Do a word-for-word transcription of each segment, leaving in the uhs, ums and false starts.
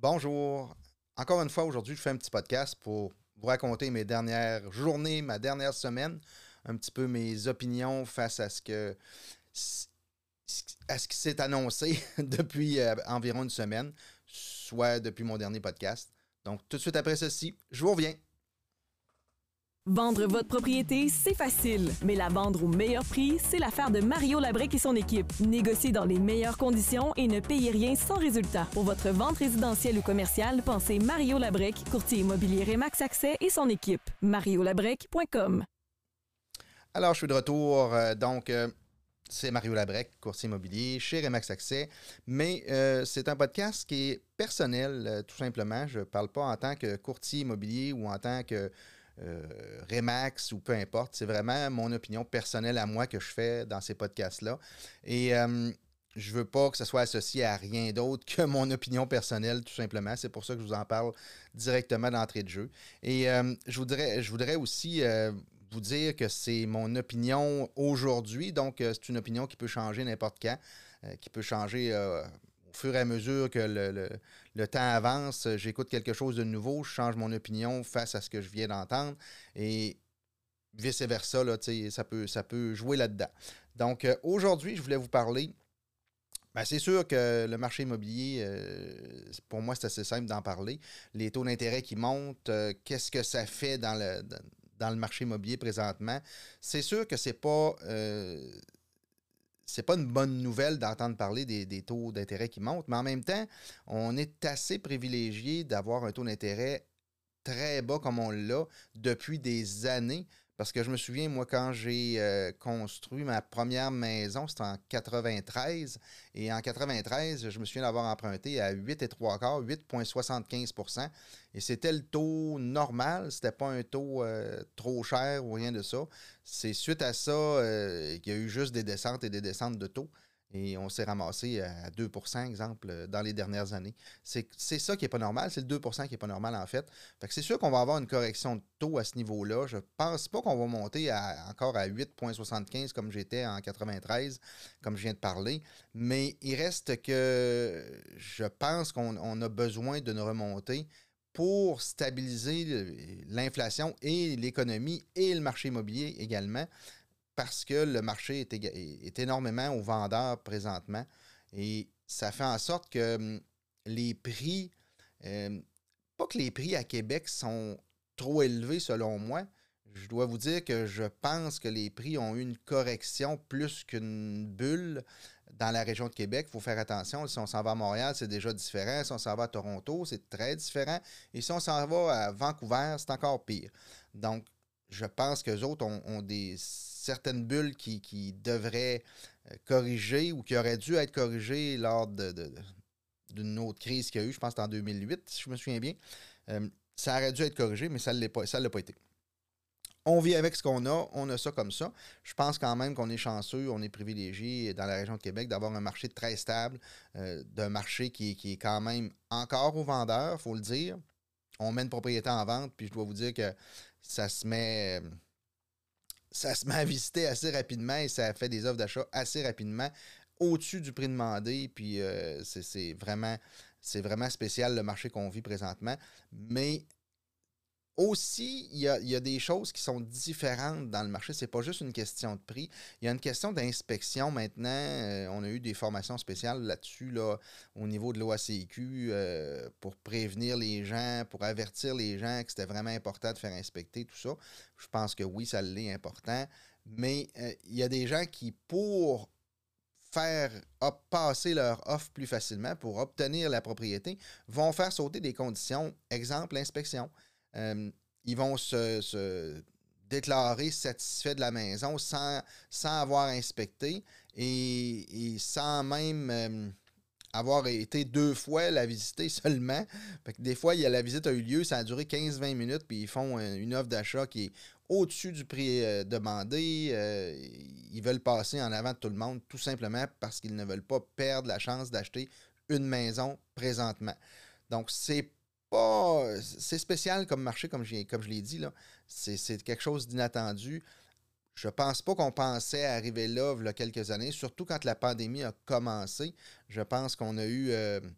Bonjour. Encore une fois, aujourd'hui, je fais un petit podcast pour vous raconter mes dernières journées, ma dernière semaine, un petit peu mes opinions face à ce que à ce qui s'est annoncé depuis euh, environ une semaine, soit depuis mon dernier podcast. Donc, tout de suite après ceci, je vous reviens. Vendre votre propriété, c'est facile. Mais la vendre au meilleur prix, c'est l'affaire de Mario Labrec et son équipe. Négociez dans les meilleures conditions et ne payez rien sans résultat. Pour votre vente résidentielle ou commerciale, pensez Mario Labrec, courtier immobilier Remax Accès et son équipe. mario labrec point com. Alors, je suis de retour. Euh, donc, euh, c'est Mario Labrec, courtier immobilier chez Remax Accès. Mais euh, c'est un podcast qui est personnel, euh, tout simplement. Je ne parle pas en tant que courtier immobilier ou en tant que Euh, Remax ou peu importe. C'est vraiment mon opinion personnelle à moi que je fais dans ces podcasts-là. Et euh, je veux pas que ce soit associé à rien d'autre que mon opinion personnelle, tout simplement. C'est pour ça que je vous en parle directement d'entrée de jeu. Et euh, je, voudrais, je voudrais aussi euh, vous dire que c'est mon opinion aujourd'hui. Donc, euh, c'est une opinion qui peut changer n'importe quand, euh, qui peut changer... Euh, Au fur et à mesure que le, le, le temps avance, j'écoute quelque chose de nouveau, je change mon opinion face à ce que je viens d'entendre et vice-versa, là, ça, peut, ça peut jouer là-dedans. Donc, euh, aujourd'hui, je voulais vous parler. Ben, c'est sûr que le marché immobilier, euh, pour moi, c'est assez simple d'en parler. Les taux d'intérêt qui montent, euh, qu'est-ce que ça fait dans le, dans le marché immobilier présentement? C'est sûr que c'est pas... Euh, c'est pas une bonne nouvelle d'entendre parler des, des taux d'intérêt qui montent, mais en même temps, on est assez privilégié d'avoir un taux d'intérêt très bas comme on l'a depuis des années. Parce que je me souviens, moi, quand j'ai euh, construit ma première maison, c'était en quatre-vingt-treize. Et en quatre-vingt-treize, je me souviens d'avoir emprunté à huit virgule trois quarts, huit virgule soixante-quinze pour cent. Et c'était le taux normal. C'était pas un taux euh, trop cher ou rien de ça. C'est suite à ça euh, qu'il y a eu juste des descentes et des descentes de taux. Et on s'est ramassé à deux pour cent, exemple, dans les dernières années. C'est, c'est ça qui n'est pas normal. C'est le deux pour cent qui n'est pas normal, en fait. Fait que c'est sûr qu'on va avoir une correction de taux à ce niveau-là. Je pense pas qu'on va monter à, encore à huit virgule soixante-quinze comme j'étais en quatre-vingt-treize, comme je viens de parler. Mais il reste que je pense qu'on on a besoin d'une remontée pour stabiliser l'inflation et l'économie et le marché immobilier également, parce que le marché est, est énormément aux vendeurs présentement. Et ça fait en sorte que hum, les prix, euh, pas que les prix à Québec sont trop élevés selon moi. Je dois vous dire que je pense que les prix ont eu une correction plus qu'une bulle dans la région de Québec. Il faut faire attention. Si on s'en va à Montréal, c'est déjà différent. Si on s'en va à Toronto, c'est très différent. Et si on s'en va à Vancouver, c'est encore pire. Donc, je pense qu'eux autres ont, ont des certaines bulles qui, qui devraient corriger ou qui auraient dû être corrigées lors de, de, d'une autre crise qu'il y a eu, je pense que c'était en deux mille huit, si je me souviens bien. Euh, ça aurait dû être corrigé, mais ça ne l'a pas, ça l'a pas été. On vit avec ce qu'on a, on a ça comme ça. Je pense quand même qu'on est chanceux, on est privilégié dans la région de Québec d'avoir un marché très stable, euh, d'un marché qui, qui est quand même encore aux vendeurs, il faut le dire. On met une propriété en vente, puis je dois vous dire que ça se met... ça se met à visiter assez rapidement et ça fait des offres d'achat assez rapidement au-dessus du prix demandé. Puis euh, c'est, c'est, vraiment, c'est vraiment spécial le marché qu'on vit présentement. Mais aussi, il y a, il y a des choses qui sont différentes dans le marché. C'est pas juste une question de prix. Il y a une question d'inspection maintenant. Euh, on a eu des formations spéciales là-dessus, là, au niveau de l'O A C I Q, euh, pour prévenir les gens, pour avertir les gens que c'était vraiment important de faire inspecter tout ça. Je pense que oui, ça l'est important. Mais euh, il y a des gens qui, pour faire up, passer leur offre plus facilement, pour obtenir la propriété, vont faire sauter des conditions. Exemple, l'inspection. Euh, ils vont se, se déclarer satisfaits de la maison sans, sans avoir inspecté et, et sans même euh, avoir été deux fois la visiter seulement. Fait que des fois, il y a, la visite a eu lieu, ça a duré quinze vingt minutes, puis ils font une offre d'achat qui est au-dessus du prix euh, demandé. Euh, ils veulent passer en avant de tout le monde, tout simplement parce qu'ils ne veulent pas perdre la chance d'acheter une maison présentement. Donc, c'est pas. C'est spécial comme marché, comme je, comme je l'ai dit, là. C'est, c'est quelque chose d'inattendu. Je pense pas qu'on pensait arriver là il y a quelques années, surtout quand la pandémie a commencé. Je pense qu'on a eu, euh,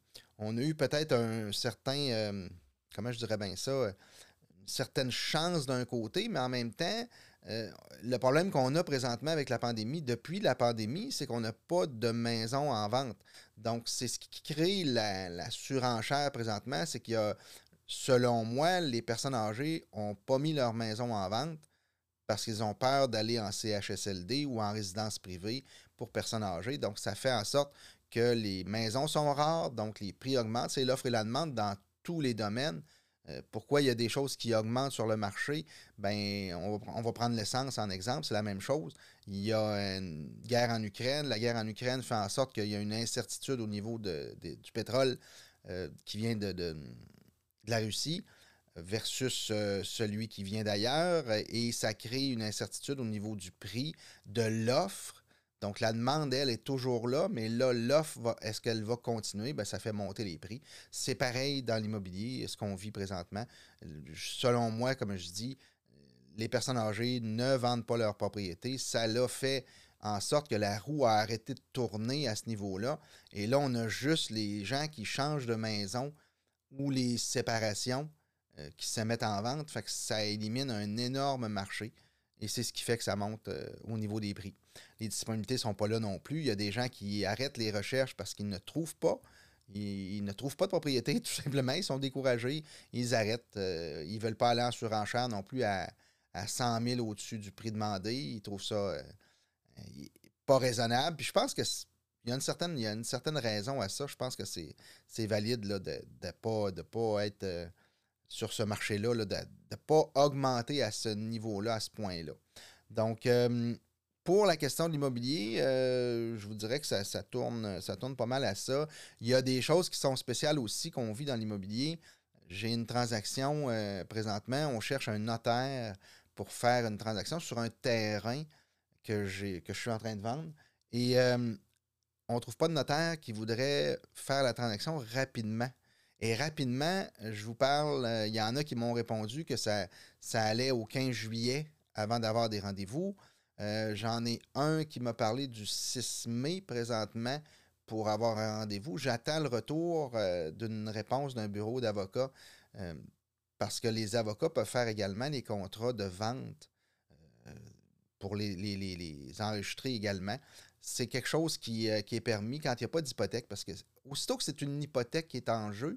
on a eu peut-être un certain, euh, comment je dirais bien ça, une certaine chance d'un côté, mais en même temps, euh, le problème qu'on a présentement avec la pandémie, depuis la pandémie, c'est qu'on n'a pas de maison en vente. Donc, c'est ce qui crée la, la surenchère présentement, c'est qu'il y a, selon moi, les personnes âgées n'ont pas mis leur maison en vente parce qu'ils ont peur d'aller en C H S L D ou en résidence privée pour personnes âgées. Donc, ça fait en sorte que les maisons sont rares, donc les prix augmentent. C'est l'offre et la demande dans tous les domaines. Euh, pourquoi il y a des choses qui augmentent sur le marché? Ben, on va, on va prendre l'essence en exemple, c'est la même chose. Il y a une guerre en Ukraine. La guerre en Ukraine fait en sorte qu'il y a une incertitude au niveau de, de, du pétrole euh, qui vient de, de, de la Russie versus euh, celui qui vient d'ailleurs, et ça crée une incertitude au niveau du prix, de l'offre. Donc, la demande, elle, est toujours là, mais là, l'offre, va, est-ce qu'elle va continuer? Bien, ça fait monter les prix. C'est pareil dans l'immobilier, ce qu'on vit présentement. Selon moi, comme je dis, les personnes âgées ne vendent pas leur propriété. Ça l'a fait en sorte que la roue a arrêté de tourner à ce niveau-là. Et là, on a juste les gens qui changent de maison ou les séparations euh, qui se mettent en vente. Fait que ça élimine un énorme marché. Et c'est ce qui fait que ça monte euh, au niveau des prix. Les disponibilités ne sont pas là non plus. Il y a des gens qui arrêtent les recherches parce qu'ils ne trouvent pas. Ils, ils ne trouvent pas de propriété, tout simplement. Ils sont découragés. Ils arrêtent. Euh, ils ne veulent pas aller en surenchère non plus à, à cent mille au-dessus du prix demandé. Ils trouvent ça euh, pas raisonnable. Puis je pense que il y a une certaine, il y a une certaine raison à ça. Je pense que c'est, c'est valide là, de ne pas, de pas être euh, sur ce marché-là, là, de ne pas augmenter à ce niveau-là, à ce point-là. Donc, euh, pour la question de l'immobilier, euh, je vous dirais que ça, ça, tourne, ça tourne pas mal à ça. Il y a des choses qui sont spéciales aussi qu'on vit dans l'immobilier. J'ai une transaction euh, présentement. On cherche un notaire pour faire une transaction sur un terrain que, j'ai, que je suis en train de vendre. Et euh, on ne trouve pas de notaire qui voudrait faire la transaction rapidement. Et rapidement, je vous parle, il euh, y en a qui m'ont répondu que ça, ça allait au quinze juillet avant d'avoir des rendez-vous. Euh, j'en ai un qui m'a parlé du six mai présentement pour avoir un rendez-vous. J'attends le retour euh, d'une réponse d'un bureau d'avocats euh, parce que les avocats peuvent faire également les contrats de vente euh, pour les, les, les, les enregistrer également. C'est quelque chose qui, euh, qui est permis quand il n'y a pas d'hypothèque parce que aussitôt que c'est une hypothèque qui est en jeu,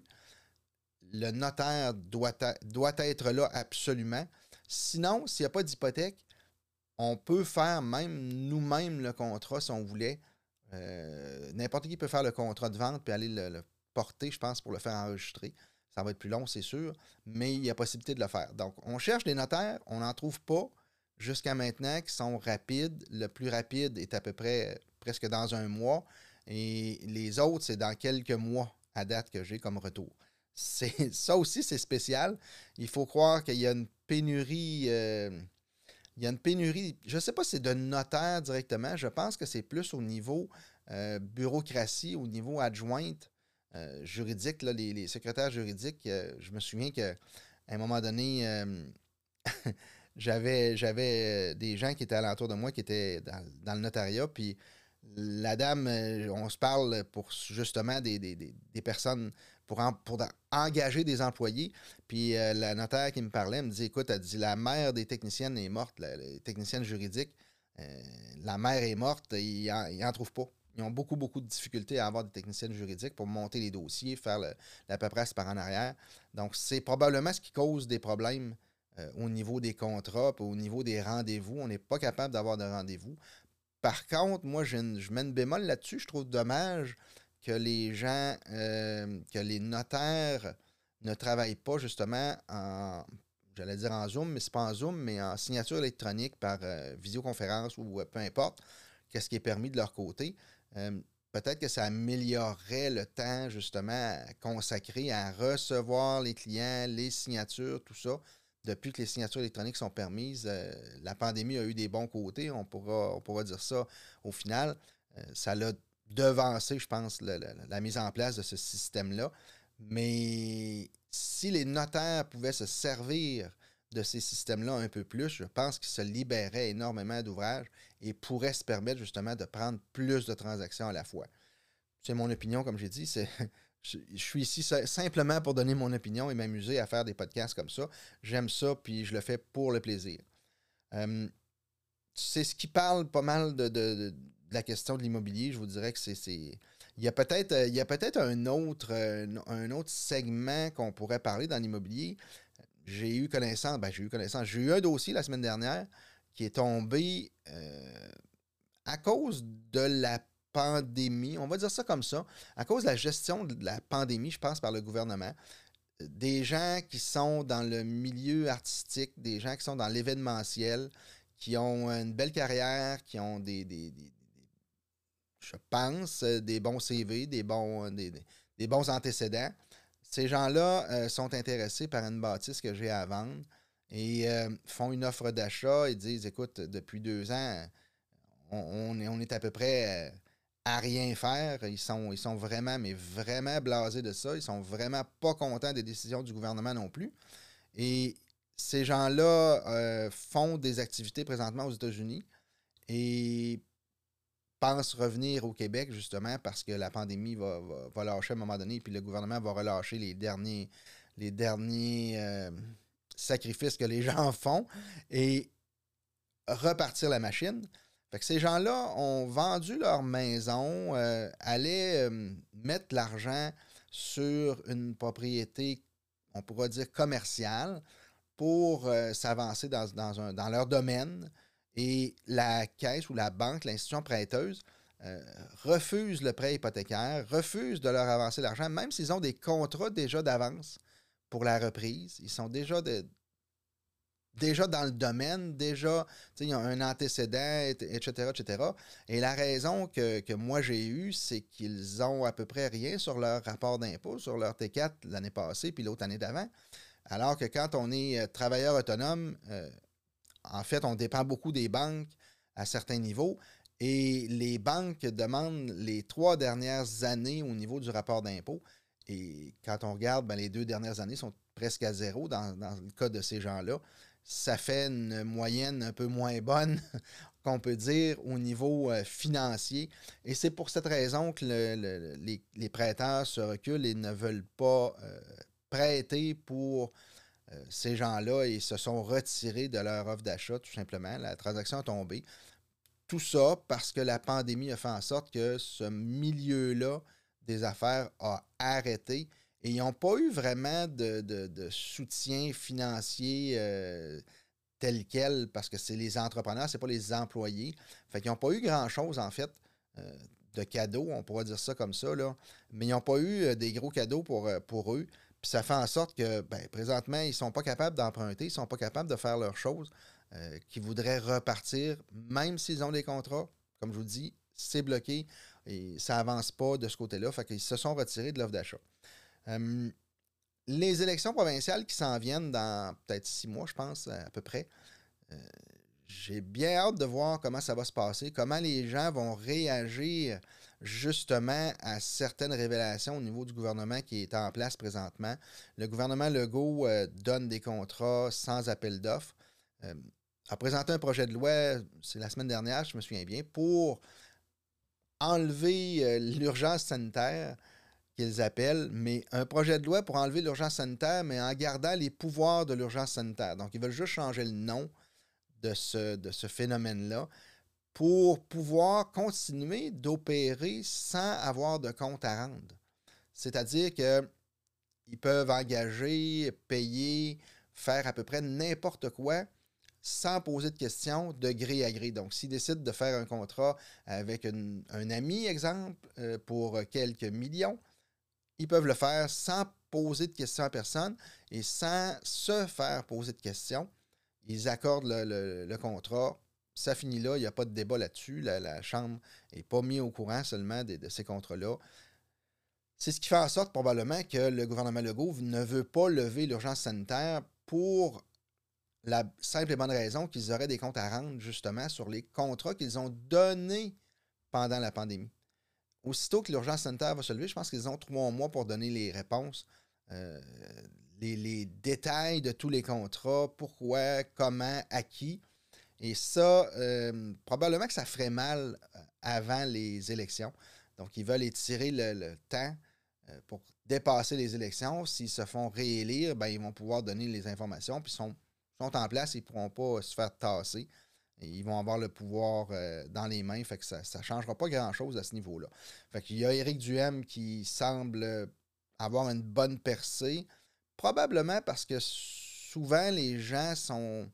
le notaire doit, ta- doit être là absolument. Sinon, s'il n'y a pas d'hypothèque, on peut faire même nous-mêmes le contrat si on voulait. Euh, n'importe qui peut faire le contrat de vente puis aller le, le porter, je pense, pour le faire enregistrer. Ça va être plus long, c'est sûr, mais il y a possibilité de le faire. Donc, on cherche des notaires, on n'en trouve pas jusqu'à maintenant qui sont rapides. Le plus rapide est à peu près presque dans un mois. Et les autres, c'est dans quelques mois à date que j'ai comme retour. C'est, ça aussi, c'est spécial. Il faut croire qu'il y a une pénurie... Euh, il y a une pénurie, je ne sais pas si c'est de notaire directement, je pense que c'est plus au niveau euh, bureaucratie, au niveau adjointe euh, juridique, là, les, les secrétaires juridiques. Euh, je me souviens qu'à un moment donné, euh, j'avais, j'avais des gens qui étaient alentour de moi qui étaient dans, dans le notariat, puis la dame, euh, on se parle pour justement des, des, des, des personnes, pour, en, pour engager des employés. Puis euh, la notaire qui me parlait me dit, écoute, elle dit, la mère des techniciennes est morte, la, la technicienne juridique, euh, la mère est morte, ils n'en trouvent pas. Ils ont beaucoup, beaucoup de difficultés à avoir des techniciennes juridiques pour monter les dossiers, faire le, la paperasse par en arrière. Donc, c'est probablement ce qui cause des problèmes euh, au niveau des contrats, puis au niveau des rendez-vous. On n'est pas capable d'avoir de rendez-vous. Par contre, moi, je, je mets une bémol là-dessus. Je trouve dommage que les gens, euh, que les notaires ne travaillent pas justement en, j'allais dire en Zoom, mais c'est pas en Zoom, mais en signature électronique par euh, visioconférence ou euh, peu importe, qu'est-ce qui est permis de leur côté. Euh, peut-être que ça améliorerait le temps justement consacré à recevoir les clients, les signatures, tout ça. Depuis que les signatures électroniques sont permises, euh, la pandémie a eu des bons côtés, on pourra, on pourra dire ça au final. Euh, ça l'a devancé, je pense, le, le, la mise en place de ce système-là. Mais si les notaires pouvaient se servir de ces systèmes-là un peu plus, je pense qu'ils se libéraient énormément d'ouvrages et pourraient se permettre justement de prendre plus de transactions à la fois. C'est mon opinion, comme j'ai dit. C'est, je, je suis ici simplement pour donner mon opinion et m'amuser à faire des podcasts comme ça. J'aime ça, puis je le fais pour le plaisir. Euh, c'est ce qui parle pas mal de, de, de, de la question de l'immobilier. Je vous dirais que c'est... c'est... Il y a peut-être, il y a peut-être un autre, un autre segment qu'on pourrait parler dans l'immobilier. J'ai eu connaissance, ben j'ai eu connaissance, j'ai eu un dossier la semaine dernière qui est tombé euh, à cause de la pandémie, on va dire ça comme ça, à cause de la gestion de la pandémie, je pense, par le gouvernement. Des gens qui sont dans le milieu artistique, des gens qui sont dans l'événementiel, qui ont une belle carrière, qui ont des, des, des je pense, des bons C V, des bons, des, des bons antécédents. Ces gens-là euh, sont intéressés par une bâtisse que j'ai à vendre et euh, font une offre d'achat et disent, écoute, depuis deux ans, on, on, est, on est à peu près à rien faire. Ils sont, ils sont vraiment, mais vraiment blasés de ça. Ils sont vraiment pas contents des décisions du gouvernement non plus. Et ces gens-là euh, font des activités présentement aux États-Unis et pensent revenir au Québec, justement, parce que la pandémie va, va, va lâcher à un moment donné, puis le gouvernement va relâcher les derniers, les derniers euh, sacrifices que les gens font et repartir la machine. Fait que ces gens-là ont vendu leur maison, euh, allaient euh, mettre l'argent sur une propriété, on pourra dire commerciale, pour euh, s'avancer dans, dans, un, dans leur domaine. Et la caisse ou la banque, l'institution prêteuse, euh, refuse le prêt hypothécaire, refuse de leur avancer l'argent, même s'ils ont des contrats déjà d'avance pour la reprise. Ils sont déjà, de, déjà dans le domaine, déjà, ils ont un antécédent, et cetera, et cetera. Et la raison que, que moi j'ai eue, c'est qu'ils ont à peu près rien sur leur rapport d'impôt, sur leur T quatre l'année passée, puis l'autre année d'avant. Alors que quand on est travailleur autonome, euh, en fait, on dépend beaucoup des banques à certains niveaux et les banques demandent les trois dernières années au niveau du rapport d'impôt. Et quand on regarde, ben, les deux dernières années sont presque à zéro dans, dans le cas de ces gens-là. Ça fait une moyenne un peu moins bonne qu'on peut dire au niveau euh, financier. Et c'est pour cette raison que le, le, les, les prêteurs se reculent et ne veulent pas euh, prêter pour Euh, ces gens-là, ils se sont retirés de leur offre d'achat, tout simplement. La transaction a tombé. Tout ça parce que la pandémie a fait en sorte que ce milieu-là des affaires a arrêté et ils n'ont pas eu vraiment de, de, de soutien financier euh, tel quel parce que c'est les entrepreneurs, c'est pas les employés. Fait qu'ils n'ont pas eu grand-chose, en fait, euh, de cadeaux, on pourrait dire ça comme ça, là. Mais ils n'ont pas eu des gros cadeaux pour, pour eux. Puis ça fait en sorte que, ben, présentement, ils ne sont pas capables d'emprunter, ils ne sont pas capables de faire leurs choses, euh, qu'ils voudraient repartir, même s'ils ont des contrats. Comme je vous dis, c'est bloqué et ça n'avance pas de ce côté-là. Fait qu'ils se sont retirés de l'offre d'achat. Euh, les élections provinciales qui s'en viennent dans peut-être six mois, je pense, à peu près, euh, j'ai bien hâte de voir comment ça va se passer, comment les gens vont réagir justement à certaines révélations au niveau du gouvernement qui est en place présentement. Le gouvernement Legault euh, donne des contrats sans appel d'offres. Euh, a présenté un projet de loi, c'est la semaine dernière, je me souviens bien, pour enlever euh, l'urgence sanitaire qu'ils appellent, mais un projet de loi pour enlever l'urgence sanitaire, mais en gardant les pouvoirs de l'urgence sanitaire. Donc, ils veulent juste changer le nom de ce, de ce phénomène-là pour pouvoir continuer d'opérer sans avoir de compte à rendre. C'est-à-dire qu'ils peuvent engager, payer, faire à peu près n'importe quoi sans poser de questions de gré à gré. Donc, s'ils décident de faire un contrat avec une, un ami, exemple, euh, pour quelques millions, ils peuvent le faire sans poser de questions à personne et sans se faire poser de questions. Ils accordent le, le, le contrat, ça finit là, il n'y a pas de débat là-dessus. La, la Chambre n'est pas mise au courant seulement de, de ces contrats-là. C'est ce qui fait en sorte probablement que le gouvernement Legault ne veut pas lever l'urgence sanitaire pour la simple et bonne raison qu'ils auraient des comptes à rendre justement sur les contrats qu'ils ont donnés pendant la pandémie. Aussitôt que l'urgence sanitaire va se lever, je pense qu'ils ont trois mois pour donner les réponses, euh, les, les détails de tous les contrats, pourquoi, comment, à qui. Et ça, euh, probablement que ça ferait mal avant les élections. Donc, ils veulent étirer le, le temps euh, pour dépasser les élections. S'ils se font réélire, ben, ils vont pouvoir donner les informations, puis ils sont, sont en place, ils ne pourront pas se faire tasser. Et ils vont avoir le pouvoir euh, dans les mains, fait que ça ne changera pas grand-chose à ce niveau-là. Fait qu'il y a Éric Duhaime qui semble avoir une bonne percée, probablement parce que souvent les gens sont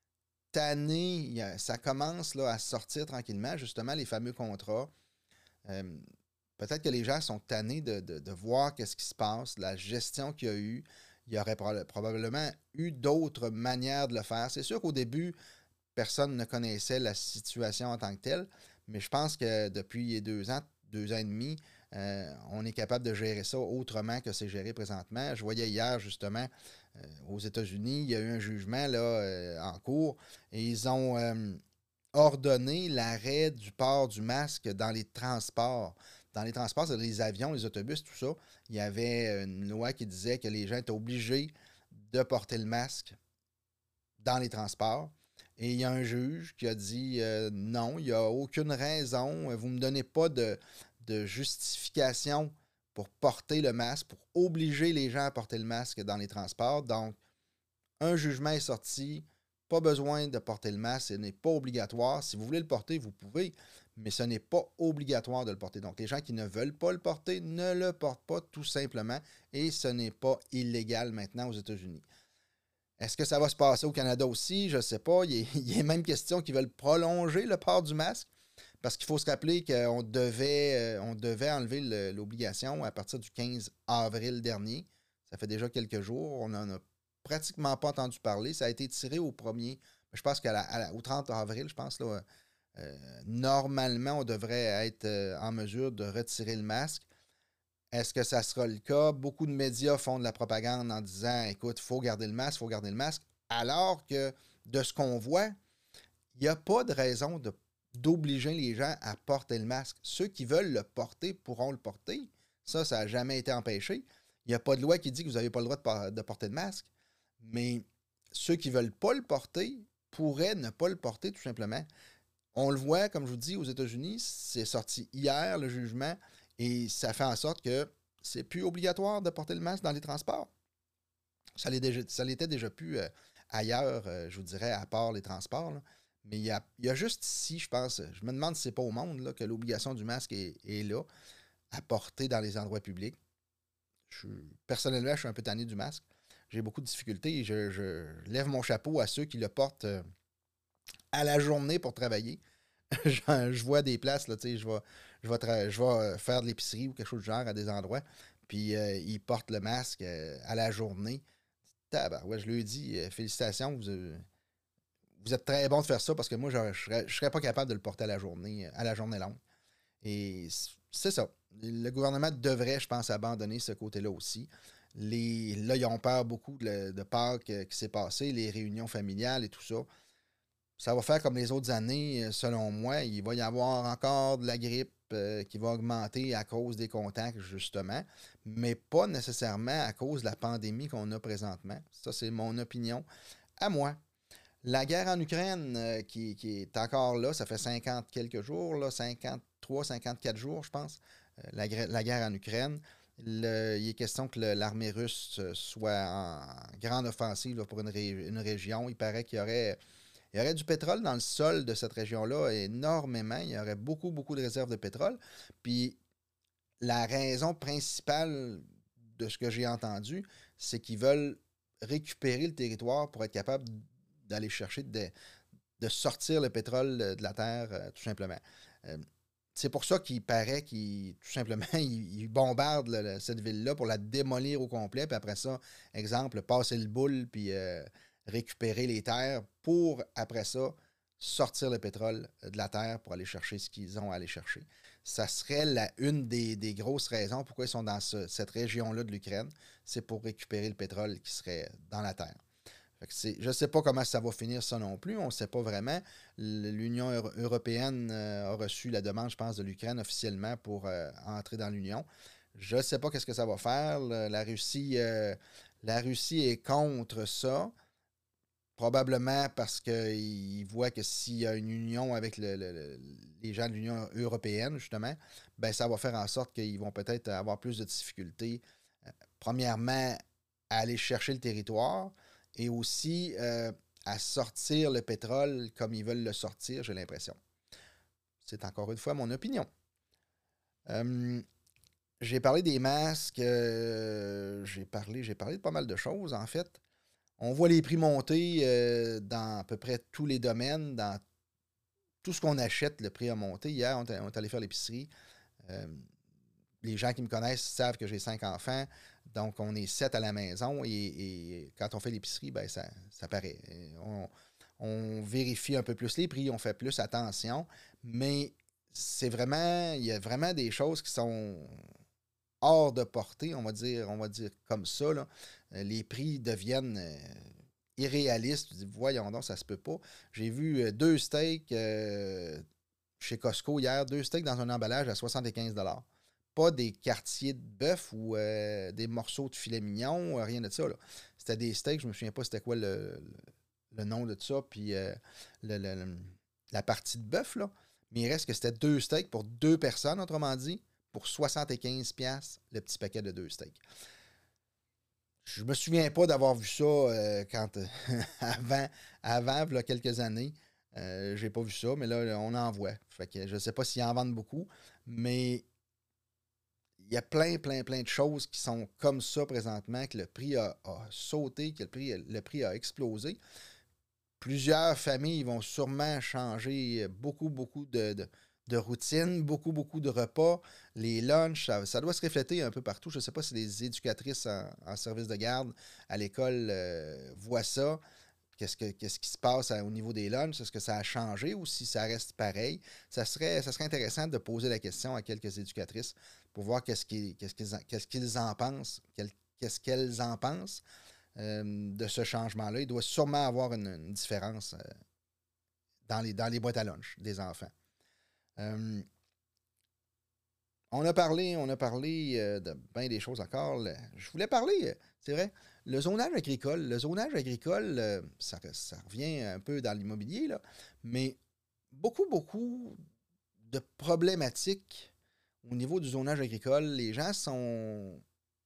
tannés, ça commence là, à sortir tranquillement, justement, les fameux contrats. Euh, peut-être que les gens sont tannés de, de, de voir qu'est-ce qui se passe, la gestion qu'il y a eu. Il y aurait pro- probablement eu d'autres manières de le faire. C'est sûr qu'au début, personne ne connaissait la situation en tant que telle, mais je pense que depuis deux ans, deux ans et demi, euh, on est capable de gérer ça autrement que c'est géré présentement. Je voyais hier, justement, euh, aux États-Unis, il y a eu un jugement là, euh, en cours et ils ont euh, ordonné l'arrêt du port du masque dans les transports. Dans les transports, c'est les avions, les autobus, tout ça. Il y avait une loi qui disait que les gens étaient obligés de porter le masque dans les transports. Et il y a un juge qui a dit euh, non, il n'y a aucune raison, vous ne me donnez pas de, de justification pour porter le masque, pour obliger les gens à porter le masque dans les transports. Donc, un jugement est sorti, pas besoin de porter le masque, ce n'est pas obligatoire. Si vous voulez le porter, vous pouvez, mais ce n'est pas obligatoire de le porter. Donc, les gens qui ne veulent pas le porter ne le portent pas tout simplement et ce n'est pas illégal maintenant aux États-Unis. Est-ce que ça va se passer au Canada aussi? Je ne sais pas. Il y, a, il y a même question qu'ils veulent prolonger le port du masque parce qu'il faut se rappeler qu'on devait, on devait enlever le, l'obligation à partir du quinze avril dernier. Ça fait déjà quelques jours. On n'en a pratiquement pas entendu parler. Ça a été tiré au premier, je pense qu'au trente avril, je pense, là, euh, normalement, on devrait être euh, en mesure de retirer le masque. Est-ce que ça sera le cas? Beaucoup de médias font de la propagande en disant, écoute, il faut garder le masque, il faut garder le masque. Alors que, de ce qu'on voit, il n'y a pas de raison de, d'obliger les gens à porter le masque. Ceux qui veulent le porter pourront le porter. Ça, ça n'a jamais été empêché. Il n'y a pas de loi qui dit que vous n'avez pas le droit de, de porter le masque. Mais ceux qui ne veulent pas le porter pourraient ne pas le porter, tout simplement. On le voit, comme je vous dis, aux États-Unis, c'est sorti hier, le jugement. Et ça fait en sorte que c'est plus obligatoire de porter le masque dans les transports. Ça l'était déjà, ça l'était déjà plus euh, ailleurs, euh, je vous dirais, à part les transports. Là. Mais il y a, il y a juste ici, je pense, je me demande si c'est pas au monde là, que l'obligation du masque est, est là, à porter dans les endroits publics. Je, personnellement, je suis un peu tanné du masque. J'ai beaucoup de difficultés et je, je lève mon chapeau à ceux qui le portent euh, à la journée pour travailler. Je vois des places, là, tu sais, je vais, je vais, tra- je vais faire de l'épicerie ou quelque chose du genre à des endroits, puis euh, ils portent le masque euh, à la journée. Tabar, ouais, je lui ai dit, euh, félicitations, vous, euh, vous êtes très bon de faire ça parce que moi, je ne serais, je serais pas capable de le porter à la journée, à la journée longue. Et c'est ça. Le gouvernement devrait, je pense, abandonner ce côté-là aussi. Les, là, ils ont peur beaucoup de, de Pâques euh, qui s'est passé, les réunions familiales et tout ça. Ça va faire comme les autres années, selon moi. Il va y avoir encore de la grippe euh, qui va augmenter à cause des contacts, justement, mais pas nécessairement à cause de la pandémie qu'on a présentement. Ça, c'est mon opinion à moi. La guerre en Ukraine, euh, qui, qui est encore là, ça fait cinquante quelques jours, là, cinquante-trois, cinquante-quatre jours, je pense, euh, la, la guerre en Ukraine. Le, il est question que le, l'armée russe soit en grande offensive là, pour une, ré, une région. Il paraît qu'il y aurait... Il y aurait du pétrole dans le sol de cette région-là énormément. Il y aurait beaucoup, beaucoup de réserves de pétrole. Puis la raison principale de ce que j'ai entendu, c'est qu'ils veulent récupérer le territoire pour être capable d'aller chercher, de, de sortir le pétrole de la terre, euh, tout simplement. Euh, c'est pour ça qu'il paraît qu'ils, tout simplement, ils, ils bombardent le, cette ville-là pour la démolir au complet. Puis après ça, exemple, passer le boule, puis... Euh, récupérer les terres pour, après ça, sortir le pétrole de la terre pour aller chercher ce qu'ils ont à aller chercher. Ça serait la, une des, des grosses raisons pourquoi ils sont dans ce, cette région-là de l'Ukraine. C'est pour récupérer le pétrole qui serait dans la terre. Fait que c'est, je ne sais pas comment ça va finir ça non plus. On ne sait pas vraiment. L'Union européenne a reçu la demande, je pense, de l'Ukraine officiellement pour euh, entrer dans l'Union. Je ne sais pas qu'est-ce que ça va faire. La Russie, euh, la Russie est contre ça. probablement parce qu'ils voient que s'il y a une union avec le, le, le, les gens de l'Union européenne, justement, ben ça va faire en sorte qu'ils vont peut-être avoir plus de difficultés, euh, premièrement, à aller chercher le territoire et aussi euh, à sortir le pétrole comme ils veulent le sortir, j'ai l'impression. C'est encore une fois mon opinion. Euh, j'ai parlé des masques, euh, j'ai parlé, j'ai parlé de pas mal de choses, en fait. On voit les prix monter euh, dans à peu près tous les domaines, dans tout ce qu'on achète, le prix a monté. Hier, on, on est allé faire l'épicerie. Euh, les gens qui me connaissent savent que j'ai cinq enfants, donc on est sept à la maison et, et quand on fait l'épicerie, ben ça, ça paraît. On, on vérifie un peu plus les prix, on fait plus attention, mais c'est vraiment, il y a vraiment des choses qui sont hors de portée, on va dire, on va dire comme ça, là. Les prix deviennent euh, irréalistes. Tu dis, voyons donc, ça se peut pas. J'ai vu euh, deux steaks euh, chez Costco hier, deux steaks dans un emballage à soixante-quinze dollars. Pas des quartiers de bœuf ou euh, des morceaux de filet mignon, rien de ça, là. C'était des steaks, je me souviens pas c'était quoi le, le, le nom de ça, puis euh, le, le, la partie de bœuf, là. Mais il reste que c'était deux steaks pour deux personnes, autrement dit, pour soixante-quinze dollars le petit paquet de deux steaks. Je me souviens pas d'avoir vu ça euh, quand euh, avant, avant, il y a quelques années. Euh, j'ai pas vu ça, mais là, on en voit. Fait que je sais pas s'ils en vendent beaucoup, mais il y a plein, plein, plein de choses qui sont comme ça présentement, que le prix a, a sauté, que le prix, le prix a explosé. Plusieurs familles vont sûrement changer beaucoup, beaucoup de, de, de routines, beaucoup, beaucoup de repas. Les lunchs, ça, ça doit se refléter un peu partout. Je ne sais pas si les éducatrices en, en service de garde à l'école euh, voient ça. Qu'est-ce, que, qu'est-ce qui se passe à, au niveau des lunchs? Est-ce que ça a changé ou si ça reste pareil? Ça serait, ça serait intéressant de poser la question à quelques éducatrices pour voir qu'est-ce qu'ils, qu'est-ce qu'ils, en, qu'est-ce qu'ils en pensent, qu'est-ce qu'elles en pensent. Euh, de ce changement-là. Il doit sûrement avoir une, une différence euh, dans, les, dans les boîtes à lunch des enfants. Euh, on a parlé, on a parlé euh, de bien des choses encore. Là. Je voulais parler, euh, c'est vrai, le zonage agricole. Le zonage agricole, euh, ça, ça revient un peu dans l'immobilier, là, mais beaucoup, beaucoup de problématiques au niveau du zonage agricole. Les gens sont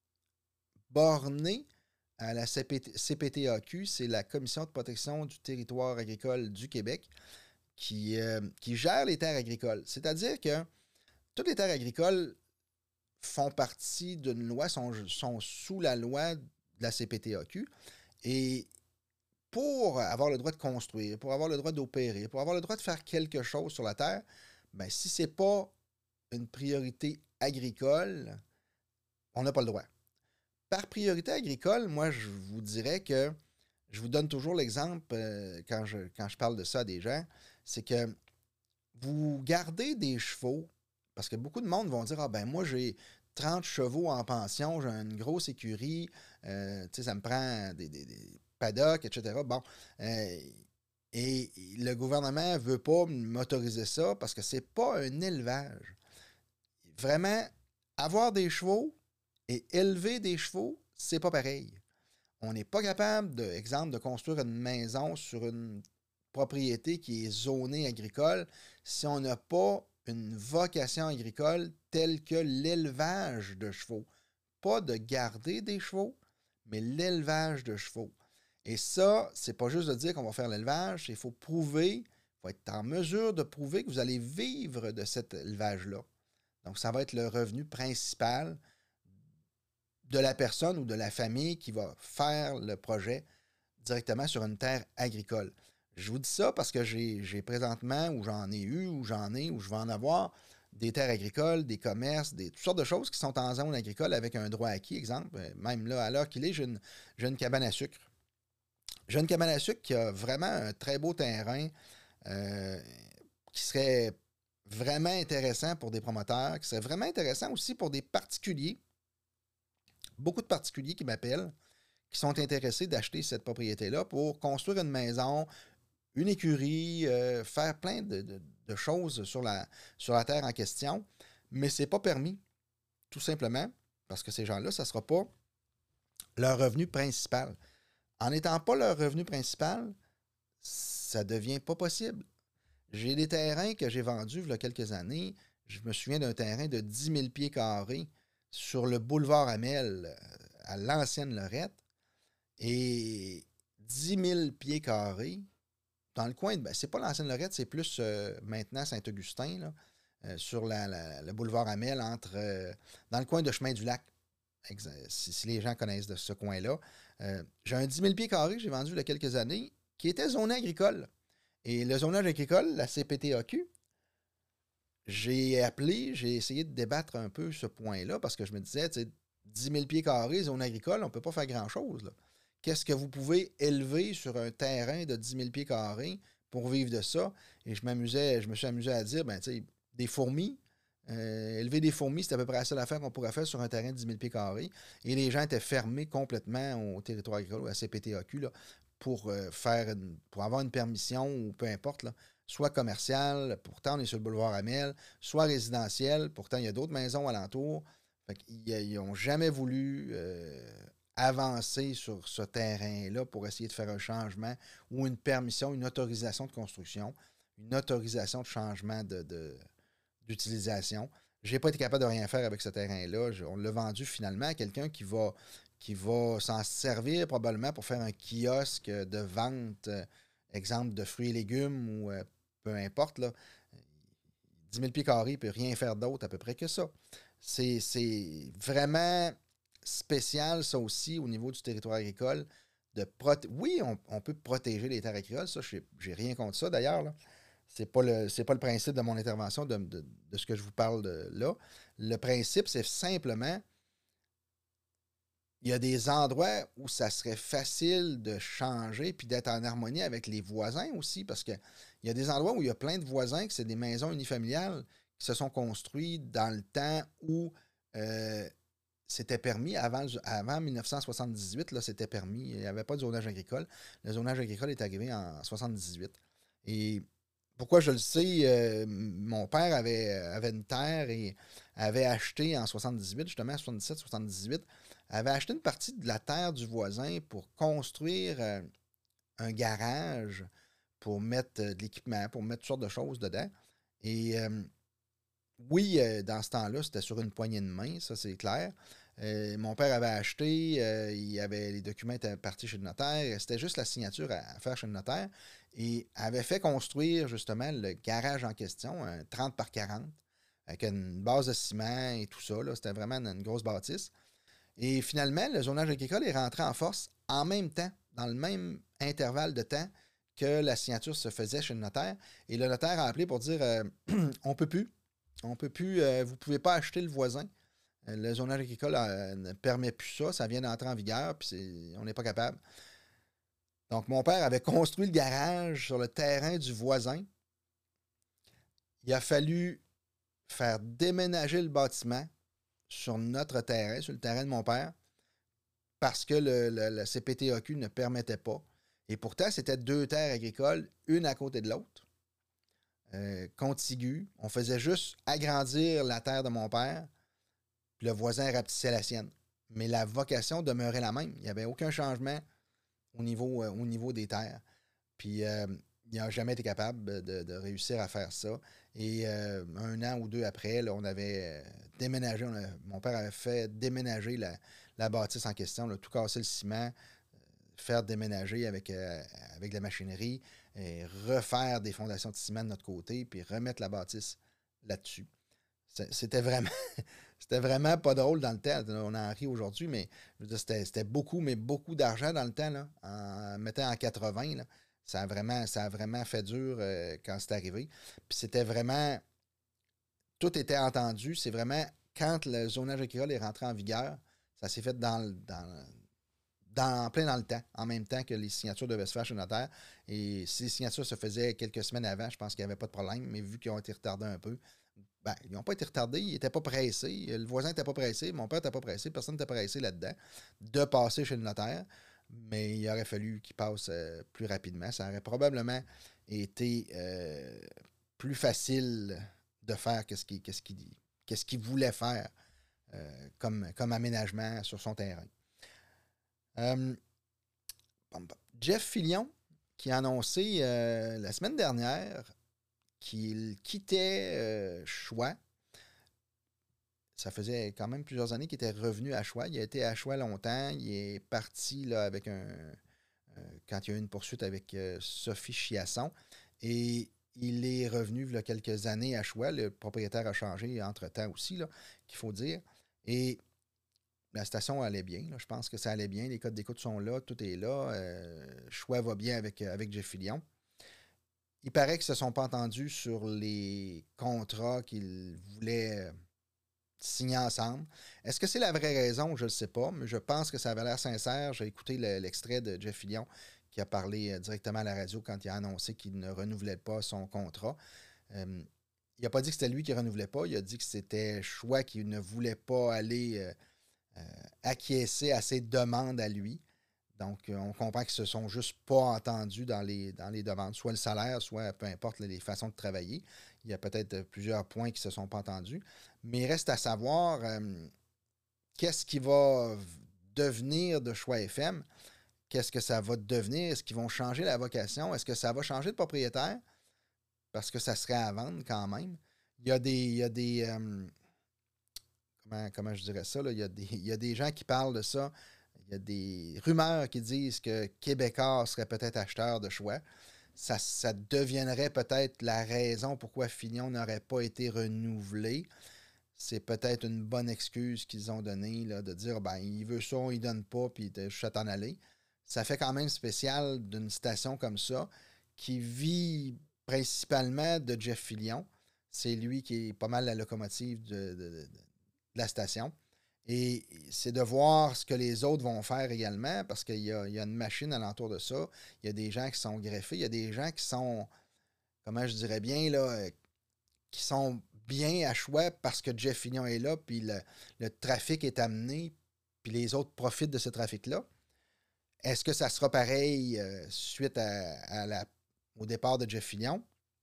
bornés à la C P T A Q, c'est la Commission de protection du territoire agricole du Québec, qui, euh, qui gère les terres agricoles. C'est-à-dire que toutes les terres agricoles font partie d'une loi, sont, sont sous la loi de la C P T A Q. Et pour avoir le droit de construire, pour avoir le droit d'opérer, pour avoir le droit de faire quelque chose sur la terre, ben, si ce n'est pas une priorité agricole, on n'a pas le droit. Par priorité agricole, moi, je vous dirais que je vous donne toujours l'exemple euh, quand, je, quand je parle de ça à des gens, c'est que vous gardez des chevaux, parce que beaucoup de monde vont dire « Ah ben moi, j'ai trente chevaux en pension, j'ai une grosse écurie, euh, tu sais, ça me prend des, des, des paddocks, et cetera » Bon, euh, et le gouvernement ne veut pas m'autoriser ça parce que c'est pas un élevage. Vraiment, avoir des chevaux, et élever des chevaux, c'est pas pareil. On n'est pas capable, de, exemple, de construire une maison sur une propriété qui est zonée agricole si on n'a pas une vocation agricole telle que l'élevage de chevaux. Pas de garder des chevaux, mais l'élevage de chevaux. Et ça, c'est pas juste de dire qu'on va faire l'élevage, il faut prouver, il faut être en mesure de prouver que vous allez vivre de cet élevage-là. Donc, ça va être le revenu principal de la personne ou de la famille qui va faire le projet directement sur une terre agricole. Je vous dis ça parce que j'ai, j'ai présentement, ou j'en ai eu, ou j'en ai, ou je vais en avoir, des terres agricoles, des commerces, des, toutes sortes de choses qui sont en zone agricole avec un droit acquis, exemple. Même là, à l'heure qu'il est, j'ai une, j'ai une cabane à sucre. J'ai une cabane à sucre qui a vraiment un très beau terrain euh, qui serait vraiment intéressant pour des promoteurs, qui serait vraiment intéressant aussi pour des particuliers. Beaucoup de particuliers qui m'appellent, qui sont intéressés d'acheter cette propriété-là pour construire une maison, une écurie, euh, faire plein de, de, de choses sur la, sur la terre en question. Mais ce n'est pas permis, tout simplement, parce que ces gens-là, ça ne sera pas leur revenu principal. en n'étant pas leur revenu principal, ça devient pas possible. J'ai des terrains que j'ai vendus il y a quelques années. Je me souviens d'un terrain de dix mille pieds carrés sur le boulevard Amel, à l'ancienne Lorette. Et dix mille pieds carrés, dans le coin, de, ben, c'est pas l'ancienne Lorette, c'est plus euh, maintenant Saint-Augustin, là, euh, sur la, la, le boulevard Amel, entre, euh, dans le coin de Chemin du Lac. Si, si les gens connaissent de ce coin-là. Euh, j'ai un dix mille pieds carrés que j'ai vendu il y a quelques années, qui était zoné agricole. Et le zonage agricole, la C P T A Q, j'ai appelé, j'ai essayé de débattre un peu ce point-là parce que je me disais, tu sais, dix mille pieds carrés, zone agricole, on ne peut pas faire grand-chose. Là. Qu'est-ce que vous pouvez élever sur un terrain de dix mille pieds carrés pour vivre de ça? Et je m'amusais, je me suis amusé à dire, ben, tu sais, des fourmis, euh, élever des fourmis, c'est à peu près la seule affaire qu'on pourrait faire sur un terrain de dix mille pieds carrés. Et les gens étaient fermés complètement au territoire agricole, à la C P T A Q, là, pour, euh, faire une, pour avoir une permission ou peu importe, là, soit commercial, pourtant on est sur le boulevard Amel, soit résidentiel, pourtant il y a d'autres maisons alentour. Fait qu'ils n'ont jamais voulu euh, avancer sur ce terrain-là pour essayer de faire un changement ou une permission, une autorisation de construction, une autorisation de changement de, de, d'utilisation. Je n'ai pas été capable de rien faire avec ce terrain-là. Je, on l'a vendu finalement à quelqu'un qui va, qui va s'en servir probablement pour faire un kiosque de vente, euh, exemple de fruits et légumes ou euh, peu importe. Là. dix mille pieds carrés, il ne peut rien faire d'autre à peu près que ça. C'est, c'est vraiment spécial, ça aussi, au niveau du territoire agricole. De proté- oui, on, on peut protéger les terres agricoles. Ça, je n'ai rien contre ça d'ailleurs. Là. Ce n'est pas, pas le principe de mon intervention, de, de, de ce que je vous parle de là. Le principe, c'est simplement, il y a des endroits où ça serait facile de changer puis d'être en harmonie avec les voisins aussi, parce qu'il y a des endroits où il y a plein de voisins, que c'est des maisons unifamiliales qui se sont construites dans le temps où euh, c'était permis. Avant, avant dix-neuf cent soixante-dix-huit, là, c'était permis. Il n'y avait pas de zonage agricole. Le zonage agricole est arrivé en soixante-dix-huit. Et pourquoi je le sais, euh, mon père avait, avait une terre et avait acheté en soixante-dix-huit, justement, en soixante-dix-sept soixante-dix-huit, avait acheté une partie de la terre du voisin pour construire euh, un garage, pour mettre euh, de l'équipement, pour mettre toutes sortes de choses dedans. Et euh, oui, euh, dans ce temps-là, c'était sur une poignée de main, ça c'est clair. Euh, mon père avait acheté, euh, il avait, les documents étaient partis chez le notaire, c'était juste la signature à, à faire chez le notaire, et avait fait construire justement le garage en question, un trente par quarante, avec une base de ciment et tout ça, là, c'était vraiment une, une grosse bâtisse. Et finalement, le zonage agricole est rentré en force en même temps, dans le même intervalle de temps que la signature se faisait chez le notaire, et le notaire a appelé pour dire euh, on peut plus, on peut plus, euh, vous ne pouvez pas acheter le voisin. Le zonage agricole euh, ne permet plus ça. Ça vient d'entrer en vigueur, puis on n'est pas capable. Donc, mon père avait construit le garage sur le terrain du voisin. Il a fallu faire déménager le bâtiment sur notre terrain, sur le terrain de mon père, parce que le, le, le C P T A Q ne permettait pas. Et pourtant, c'était deux terres agricoles, une à côté de l'autre, euh, contiguës. On faisait juste agrandir la terre de mon père, puis le voisin rapetissait la sienne. Mais la vocation demeurait la même. Il n'y avait aucun changement au niveau, euh, au niveau des terres. Puis euh, il n'a jamais été capable de, de réussir à faire ça. Et euh, un an ou deux après, là, on avait déménagé, on a, mon père avait fait déménager la, la bâtisse en question, là, tout casser le ciment, faire déménager avec, euh, avec la machinerie, et refaire des fondations de ciment de notre côté, puis remettre la bâtisse là-dessus. C'était vraiment, c'était vraiment pas drôle dans le temps. On en rit aujourd'hui, mais c'était, c'était beaucoup, mais beaucoup d'argent dans le temps, là, en mettant en quatre-vingts. Là, ça, a vraiment, ça a vraiment fait dur euh, quand c'est arrivé. Puis c'était vraiment, tout était entendu. C'est vraiment, quand le zonage agricole est rentré en vigueur, ça s'est fait dans, dans, dans, en plein dans le temps, en même temps que les signatures devaient se faire chez le notaire. Et si les signatures se faisaient quelques semaines avant, je pense qu'il n'y avait pas de problème, mais vu qu'ils ont été retardés un peu, ben, ils n'ont pas été retardés, ils n'étaient pas pressés. Le voisin n'était pas pressé, mon père n'était pas pressé, personne n'était pressé là-dedans de passer chez le notaire, mais il aurait fallu qu'il passe euh, plus rapidement. Ça aurait probablement été euh, plus facile de faire qu'est-ce qu'il, qu'est-ce qu'il, qu'est-ce qu'il voulait faire euh, comme, comme aménagement sur son terrain. Euh, Jeff Fillion, qui a annoncé euh, la semaine dernière qu'il quittait euh, Choix. Ça faisait quand même plusieurs années qu'il était revenu à Choix. Il a été à Choix longtemps. Il est parti là, avec un... Euh, quand il y a eu une poursuite avec euh, Sophie Chiasson. Et il est revenu il y a quelques années à Choix. Le propriétaire a changé entre-temps aussi, là, qu'il faut dire. Et la station allait bien. Là. Je pense que ça allait bien. Les codes d'écoute sont là. Tout est là. Euh, Choix va bien avec, avec Jeff Fillion. Il paraît qu'ils ne se sont pas entendus sur les contrats qu'ils voulaient signer ensemble. Est-ce que c'est la vraie raison? Je ne le sais pas, mais je pense que ça avait l'air sincère. J'ai écouté le, l'extrait de Jeff Fillion qui a parlé directement à la radio quand il a annoncé qu'il ne renouvelait pas son contrat. Euh, il n'a pas dit que c'était lui qui ne renouvelait pas. Il a dit que c'était Choix qui ne voulait pas aller euh, euh, acquiescer à ses demandes à lui. Donc, on comprend qu'ils ne se sont juste pas entendus dans les, dans les demandes, soit le salaire, soit peu importe les façons de travailler. Il y a peut-être plusieurs points qui ne se sont pas entendus. Mais il reste à savoir euh, qu'est-ce qui va devenir de Choix F M? Qu'est-ce que ça va devenir? Est-ce qu'ils vont changer la vocation? Est-ce que ça va changer de propriétaire? Parce que ça serait à vendre quand même. Il y a des... Il y a des euh, comment, comment je dirais ça? Là? Il y a des, il y a des gens qui parlent de ça. Il y a des rumeurs qui disent que Québécois serait peut-être acheteur de Choix. Ça, ça deviendrait peut-être la raison pourquoi Fillion n'aurait pas été renouvelé. C'est peut-être une bonne excuse qu'ils ont donnée là, de dire ben il veut ça, il donne pas, puis je suis à t'en aller. Ça fait quand même spécial d'une station comme ça qui vit principalement de Jeff Fillion. C'est lui qui est pas mal la locomotive de, de, de, de la station. Et c'est de voir ce que les autres vont faire également, parce qu'il y a, il y a une machine alentour de ça. Il y a des gens qui sont greffés. Il y a des gens qui sont, comment je dirais bien, là, qui sont bien à Choix parce que Jeff Fillion est là, puis le, le trafic est amené, puis les autres profitent de ce trafic-là. Est-ce que ça sera pareil euh, suite à, à la, au départ de Jeff Fillion?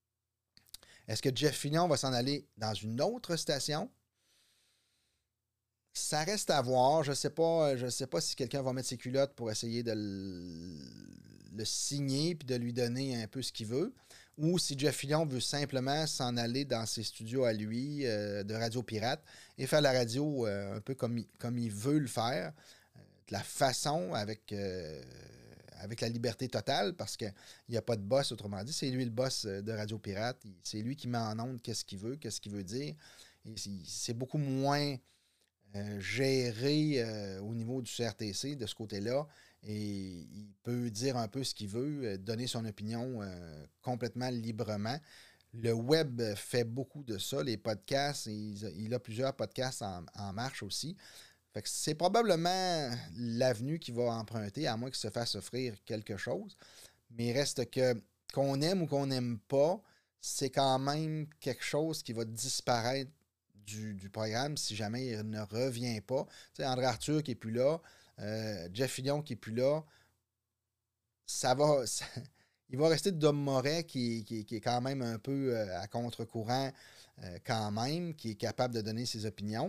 Est-ce que Jeff Fillion va s'en aller dans une autre station? Ça reste à voir. Je ne sais pas, je sais pas si quelqu'un va mettre ses culottes pour essayer de le, le signer puis de lui donner un peu ce qu'il veut, ou si Jeff Fillion veut simplement s'en aller dans ses studios à lui euh, de Radio Pirate et faire la radio euh, un peu comme il, comme il veut le faire, euh, de la façon avec, euh, avec la liberté totale, parce qu'il n'y a pas de boss, autrement dit. C'est lui le boss de Radio Pirate. C'est lui qui met en onde qu'est-ce qu'il veut, qu'est-ce qu'il veut dire. Et c'est beaucoup moins... Euh, géré euh, au niveau du C R T C de ce côté-là, et il peut dire un peu ce qu'il veut, euh, donner son opinion euh, complètement librement. Le web fait beaucoup de ça, les podcasts, il, il a plusieurs podcasts en, en marche aussi. Fait que c'est probablement l'avenue qu'il va emprunter, à moins qu'il se fasse offrir quelque chose. Mais il reste que qu'on aime ou qu'on n'aime pas, c'est quand même quelque chose qui va disparaître Du, du programme si jamais il ne revient pas. Tu sais, André Arthur qui n'est plus là, euh, Jeff Fillion qui n'est plus là, ça va... Ça, il va rester Dom Moret qui, qui, qui est quand même un peu euh, à contre-courant euh, quand même, qui est capable de donner ses opinions.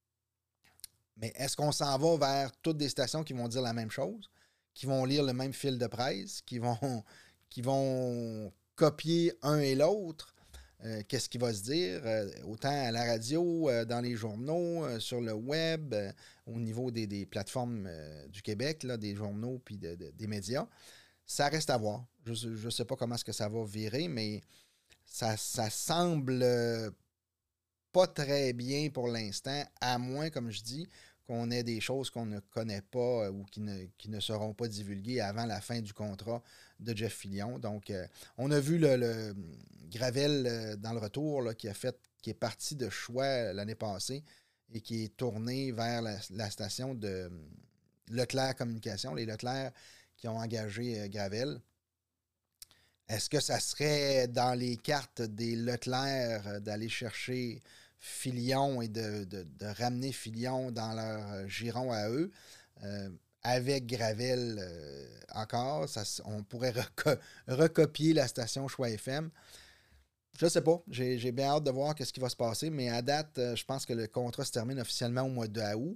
Mais est-ce qu'on s'en va vers toutes des stations qui vont dire la même chose, qui vont lire le même fil de presse, qui vont, qui vont copier un et l'autre? Euh, qu'est-ce qui va se dire, euh, autant à la radio, euh, dans les journaux, euh, sur le web, euh, au niveau des, des plateformes euh, du Québec, là, des journaux puis de, de, des médias. Ça reste à voir. Je ne sais pas comment est-ce que ça va virer, mais ça, ça semble euh, pas très bien pour l'instant, à moins, comme je dis, qu'on ait des choses qu'on ne connaît pas euh, ou qui ne, qui ne seront pas divulguées avant la fin du contrat de Jeff Fillion. Donc, euh, on a vu le, le Gravel euh, dans le retour là, qui a fait, qui est parti de Choix l'année passée et qui est tourné vers la, la station de euh, Leclerc Communication, les Leclerc qui ont engagé euh, Gravel. Est-ce que ça serait dans les cartes des Leclerc euh, d'aller chercher Fillion et de, de, de ramener Fillion dans leur giron à eux? Euh, avec Gravel euh, encore, ça, on pourrait reco- recopier la station Choix F M. Je sais pas. J'ai, j'ai bien hâte de voir ce qui va se passer, mais à date, euh, je pense que le contrat se termine officiellement au mois d'août.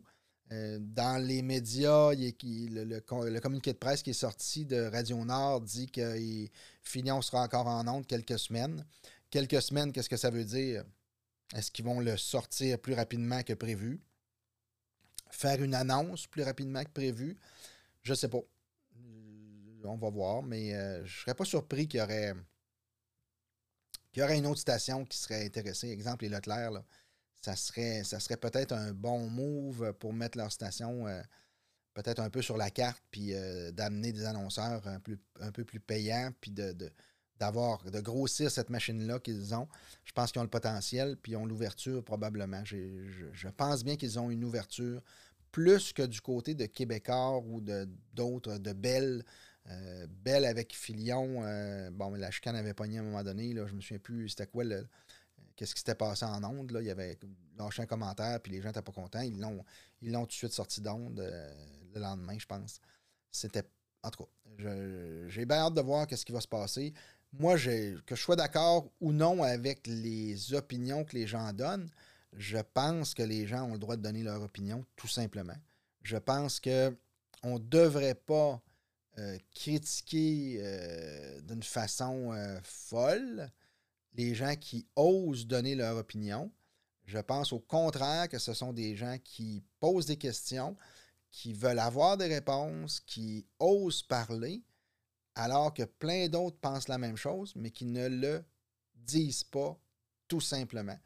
Euh, dans les médias, il est, il, le, le, le communiqué de presse qui est sorti de Radio-Nord dit que il, Filion sera encore en ondes quelques semaines. Quelques semaines, qu'est-ce que ça veut dire? Est-ce qu'ils vont le sortir plus rapidement que prévu? Faire une annonce plus rapidement que prévu? Je sais pas. On va voir, mais euh, je serais pas surpris qu'il y aurait qu'il y aurait une autre station qui serait intéressée. Exemple, les Leclerc, là. Ça serait, ça serait peut-être un bon move pour mettre leur station euh, peut-être un peu sur la carte, puis euh, d'amener des annonceurs un peu, un peu plus payants, puis de, de, d'avoir, de grossir cette machine-là qu'ils ont. Je pense qu'ils ont le potentiel, puis ils ont l'ouverture probablement. J'ai, je, je pense bien qu'ils ont une ouverture plus que du côté de Québécois ou de, d'autres, de Bell. Euh, Bell avec Filion, euh, bon, la chicane avait pogné à un moment donné, là, je me souviens plus c'était quoi le... Qu'est-ce qui s'était passé en ondes, là? Il y avait lâché un commentaire, puis les gens n'étaient pas contents. Ils l'ont, ils l'ont tout de suite sorti d'onde euh, le lendemain, je pense. C'était... En tout cas, je, j'ai bien hâte de voir qu'est-ce qui va se passer. Moi, j'ai, que je sois d'accord ou non avec les opinions que les gens donnent, je pense que les gens ont le droit de donner leur opinion, tout simplement. Je pense qu'on ne devrait pas euh, critiquer euh, d'une façon euh, folle les gens qui osent donner leur opinion. Je pense au contraire que ce sont des gens qui posent des questions, qui veulent avoir des réponses, qui osent parler, alors que plein d'autres pensent la même chose, mais qui ne le disent pas, tout simplement.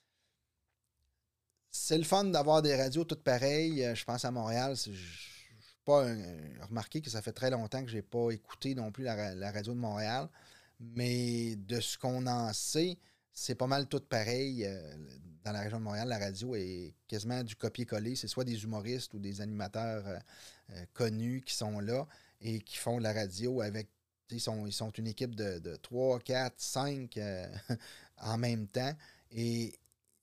C'est le fun d'avoir des radios toutes pareilles. Je pense à Montréal, je n'ai pas un, remarqué que ça fait très longtemps que je n'ai pas écouté non plus la, la radio de Montréal. Mais de ce qu'on en sait, c'est pas mal tout pareil. Dans la région de Montréal, la radio est quasiment du copier-coller. C'est soit des humoristes ou des animateurs euh, connus qui sont là et qui font de la radio avec... Ils sont, ils sont une équipe de, de trois, quatre, cinq euh, en même temps. Et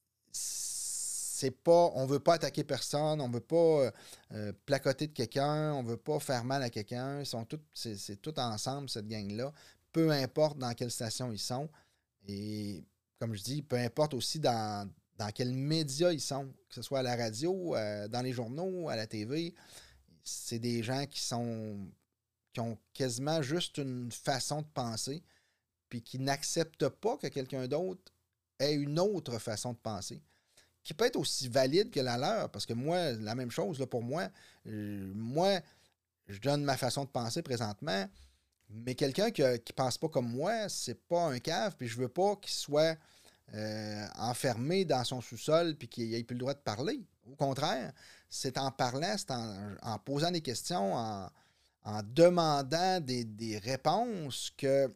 c'est pas... On veut pas attaquer personne, on veut pas euh, placoter de quelqu'un, on veut pas faire mal à quelqu'un. Ils sont tous... C'est, c'est tout ensemble, cette gang-là. Peu importe dans quelle station ils sont. Et comme je dis, peu importe aussi dans, dans quels médias ils sont, que ce soit à la radio, euh, dans les journaux, à la T V. C'est des gens qui sont qui ont quasiment juste une façon de penser, puis qui n'acceptent pas que quelqu'un d'autre ait une autre façon de penser, qui peut être aussi valide que la leur. Parce que moi, la même chose, là, pour moi, euh, moi, je donne ma façon de penser présentement. Mais quelqu'un qui ne pense pas comme moi, c'est pas un cave, puis je veux pas qu'il soit euh, enfermé dans son sous-sol puis qu'il n'ait plus le droit de parler. Au contraire, c'est en parlant, c'est en, en posant des questions, en, en demandant des, des réponses que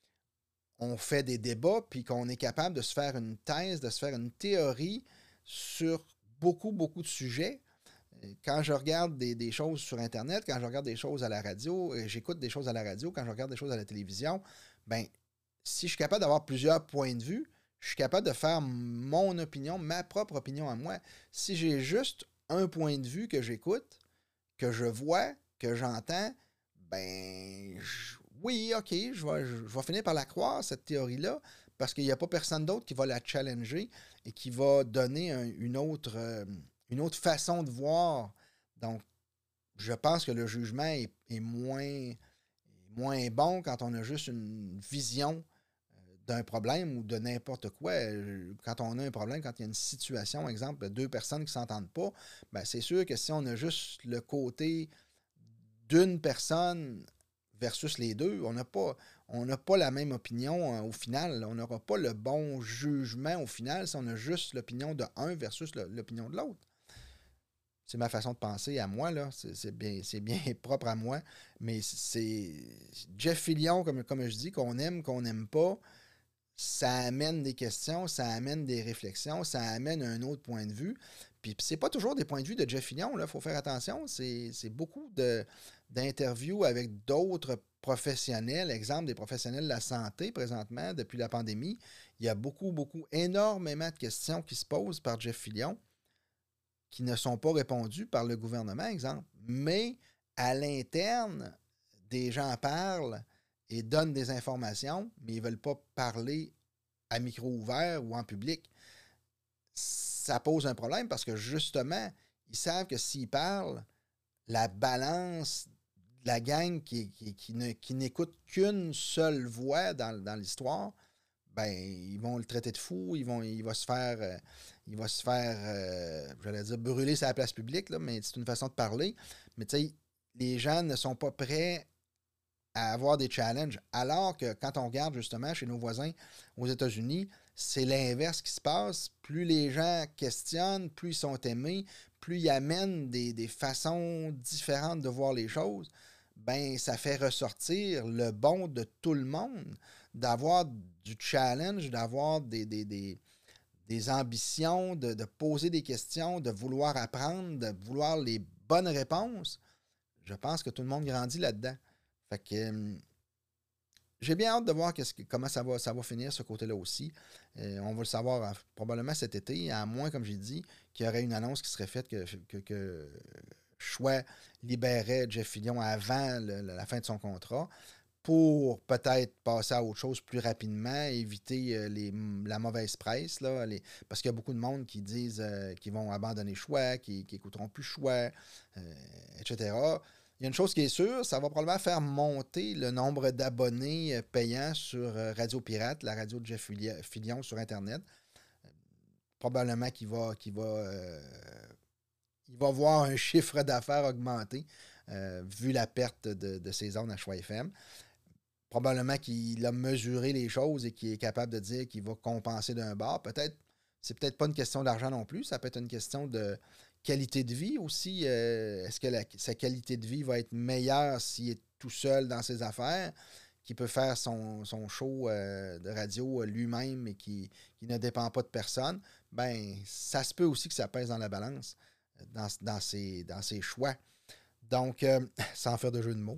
on fait des débats puis qu'on est capable de se faire une thèse, de se faire une théorie sur beaucoup, beaucoup de sujets. Quand je regarde des, des choses sur Internet, quand je regarde des choses à la radio, j'écoute des choses à la radio, quand je regarde des choses à la télévision, ben si je suis capable d'avoir plusieurs points de vue, je suis capable de faire mon opinion, ma propre opinion à moi. Si j'ai juste un point de vue que j'écoute, que je vois, que j'entends, ben je, oui, OK, je vais, je, je vais finir par la croire, cette théorie-là, parce qu'il n'y a pas personne d'autre qui va la challenger et qui va donner un, une autre... Euh, une autre façon de voir. Donc, je pense que le jugement est, est moins, moins bon quand on a juste une vision d'un problème ou de n'importe quoi. Quand on a un problème, quand il y a une situation, exemple, deux personnes qui ne s'entendent pas, ben c'est sûr que si on a juste le côté d'une personne versus les deux, on n'a pas, on n'a pas la même opinion euh, au final. On n'aura pas le bon jugement au final si on a juste l'opinion de un versus le, l'opinion de l'autre. C'est ma façon de penser à moi, là. C'est, c'est, bien, c'est bien propre à moi. Mais c'est Jeff Filion, comme, comme je dis, qu'on aime, qu'on n'aime pas, ça amène des questions, ça amène des réflexions, ça amène un autre point de vue. Puis c'est pas toujours des points de vue de Jeff Filion, là. Il faut faire attention. C'est, c'est beaucoup de, d'interviews avec d'autres professionnels, exemple des professionnels de la santé présentement, depuis la pandémie. Il y a beaucoup, beaucoup, énormément de questions qui se posent par Jeff Filion, qui ne sont pas répondus par le gouvernement, exemple. Mais à l'interne, des gens parlent et donnent des informations, mais ils ne veulent pas parler à micro ouvert ou en public. Ça pose un problème parce que justement, ils savent que s'ils parlent, la balance de la gang qui, qui, qui, ne, qui n'écoute qu'une seule voix dans, dans l'histoire, ben ils vont le traiter de fou, ils vont, il va se faire, euh, il va se faire, euh, j'allais dire brûler sur la place publique, là, mais c'est une façon de parler. Mais tu sais, les gens ne sont pas prêts à avoir des challenges, alors que quand on regarde justement chez nos voisins aux États-Unis, c'est l'inverse qui se passe. Plus les gens questionnent, plus ils sont aimés, plus ils amènent des, des façons différentes de voir les choses, ben ça fait ressortir le bon de tout le monde, d'avoir du challenge, d'avoir des, des, des, des ambitions, de, de poser des questions, de vouloir apprendre, de vouloir les bonnes réponses. Je pense que tout le monde grandit là-dedans. Fait que euh, j'ai bien hâte de voir qu'est-ce que, comment ça va, ça va finir ce côté-là aussi. Euh, on va le savoir euh, probablement cet été, à moins, comme j'ai dit, qu'il y aurait une annonce qui serait faite que, que, que Choix libérait Jeff Fillion avant le, la fin de son contrat pour peut-être passer à autre chose plus rapidement, éviter euh, les, la mauvaise presse, là, les, parce qu'il y a beaucoup de monde qui disent euh, qu'ils vont abandonner Choix, qui n'écouteront plus Choix, euh, et cetera. Il y a une chose qui est sûre, ça va probablement faire monter le nombre d'abonnés payants sur Radio Pirate, la radio de Jeff Fillion sur Internet. Probablement qu'il va, qu'il va, euh, il va voir un chiffre d'affaires augmenter, euh, vu la perte de, de ses zones à Choix F M. Probablement qu'il a mesuré les choses et qu'il est capable de dire qu'il va compenser d'un bord. Peut-être, c'est peut-être pas une question d'argent non plus, ça peut être une question de qualité de vie aussi. Euh, est-ce que la, sa qualité de vie va être meilleure s'il est tout seul dans ses affaires, qui peut faire son, son show euh, de radio lui-même et qui, qui ne dépend pas de personne? Ben, ça se peut aussi que ça pèse dans la balance, dans, dans, ses, dans ses choix. Donc, euh, sans faire de jeu de mots.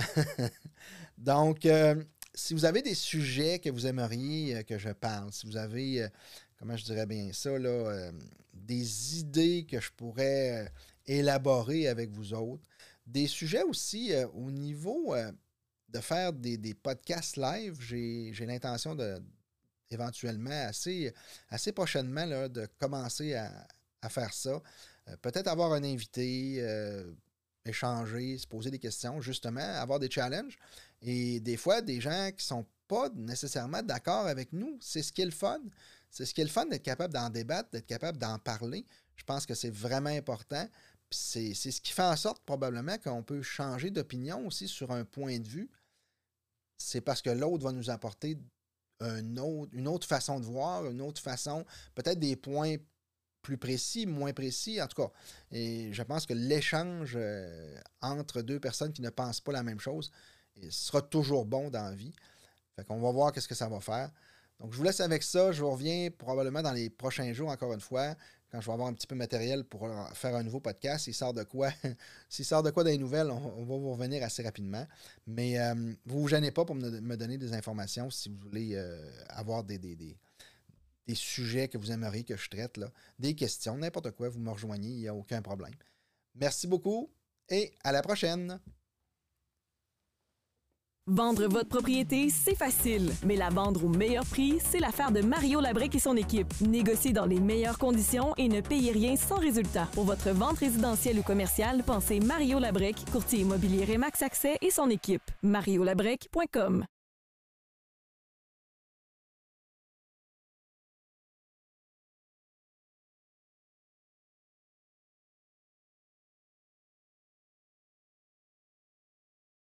Donc, euh, si vous avez des sujets que vous aimeriez euh, que je parle, si vous avez... Euh, comment je dirais bien ça, là, euh, des idées que je pourrais euh, élaborer avec vous autres. Des sujets aussi euh, au niveau euh, de faire des, des podcasts live. J'ai, j'ai l'intention de, éventuellement, assez, assez prochainement, là, de commencer à, à faire ça. Euh, peut-être avoir un invité, euh, échanger, se poser des questions, justement, avoir des challenges. Et des fois, des gens qui ne sont pas nécessairement d'accord avec nous. C'est ce qui est le fun. C'est ce qui est le fun d'être capable d'en débattre, d'être capable d'en parler. Je pense que c'est vraiment important. Puis c'est, c'est ce qui fait en sorte probablement qu'on peut changer d'opinion aussi sur un point de vue. C'est parce que l'autre va nous apporter un autre, une autre façon de voir, une autre façon, peut-être des points plus précis, moins précis, en tout cas. Et je pense que l'échange euh, entre deux personnes qui ne pensent pas la même chose sera toujours bon dans la vie. Fait qu'on va voir qu'est-ce que ça va faire. Donc, je vous laisse avec ça. Je vous reviens probablement dans les prochains jours, encore une fois, quand je vais avoir un petit peu de matériel pour faire un nouveau podcast. S'il sort de quoi, s'il sort de quoi dans les nouvelles, on, on va vous revenir assez rapidement. Mais euh, vous ne vous gênez pas pour me, me donner des informations si vous voulez euh, avoir des, des, des, des sujets que vous aimeriez que je traite, là, des questions, n'importe quoi, vous me rejoignez, il n'y a aucun problème. Merci beaucoup et à la prochaine! Vendre votre propriété, c'est facile. Mais la vendre au meilleur prix, c'est l'affaire de Mario Labrec et son équipe. Négociez dans les meilleures conditions et ne payez rien sans résultat. Pour votre vente résidentielle ou commerciale, pensez Mario Labrec, courtier immobilier Remax Accès et son équipe. mario labrec point com